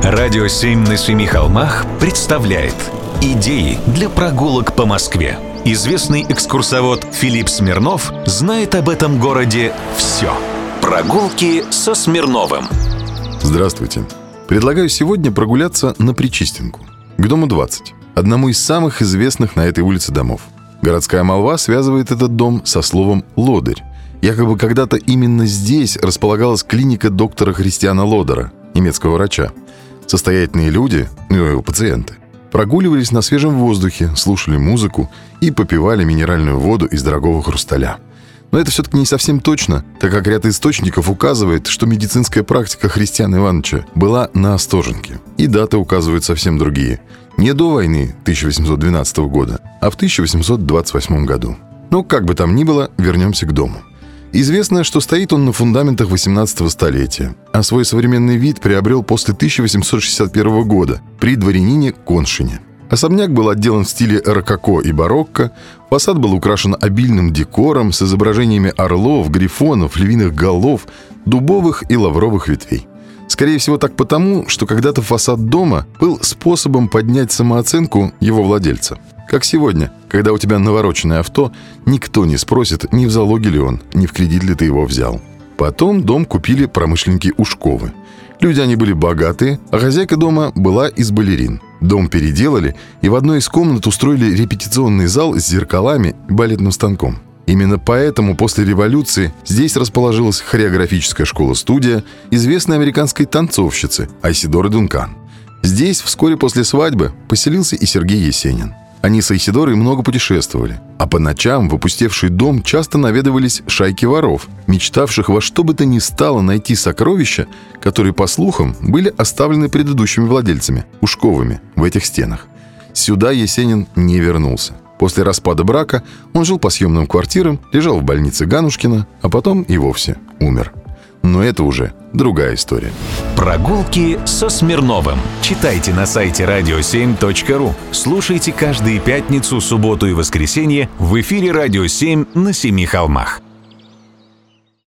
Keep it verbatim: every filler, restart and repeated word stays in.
Радио семь на семи холмах представляет идеи для прогулок по Москве. Известный экскурсовод Филипп Смирнов знает об этом городе все. Прогулки со Смирновым. Здравствуйте. Предлагаю сегодня прогуляться на Причистенку, к дому двадцать, одному из самых известных на этой улице домов. Городская молва связывает этот дом со словом «лодырь». Якобы когда-то именно здесь располагалась клиника доктора Христиана Лодера, немецкого врача. Состоятельные люди, ну его пациенты, прогуливались на свежем воздухе, слушали музыку и попивали минеральную воду из дорогого хрусталя. Но это все-таки не совсем точно, так как ряд источников указывает, что медицинская практика Христиана Ивановича была на Остоженке. И даты указывают совсем другие. Не до войны тысяча восемьсот двенадцатого года, а в тысяча восемьсот двадцать восьмом году. Но как бы там ни было, вернемся к дому. Известно, что стоит он на фундаментах восемнадцатого столетия, а свой современный вид приобрел после тысяча восемьсот шестьдесят первого года при дворянине Коншине. Особняк был отделан в стиле рококо и барокко, фасад был украшен обильным декором с изображениями орлов, грифонов, львиных голов, дубовых и лавровых ветвей. Скорее всего, так потому, что когда-то фасад дома был способом поднять самооценку его владельца. Как сегодня, когда у тебя навороченное авто, никто не спросит, не в залоге ли он, не в кредит ли ты его взял. Потом дом купили промышленники Ушковы. Люди они были богатые, а хозяйка дома была из балерин. Дом переделали, и в одной из комнат устроили репетиционный зал с зеркалами и балетным станком. Именно поэтому после революции здесь расположилась хореографическая школа-студия известной американской танцовщицы Айседоры Дункан. Здесь вскоре после свадьбы поселился и Сергей Есенин. Они с Айседорой много путешествовали, а по ночам в опустевший дом часто наведывались шайки воров, мечтавших во что бы то ни стало найти сокровища, которые, по слухам, были оставлены предыдущими владельцами, Ушковыми, в этих стенах. Сюда Есенин не вернулся. После распада брака он жил по съемным квартирам, лежал в больнице Ганушкина, а потом и вовсе умер. Но это уже другая история. Прогулки со Смирновым. Читайте на сайте радио семь точка ру. Слушайте каждые пятницу, субботу и воскресенье в эфире «Радио семь» на Семи холмах.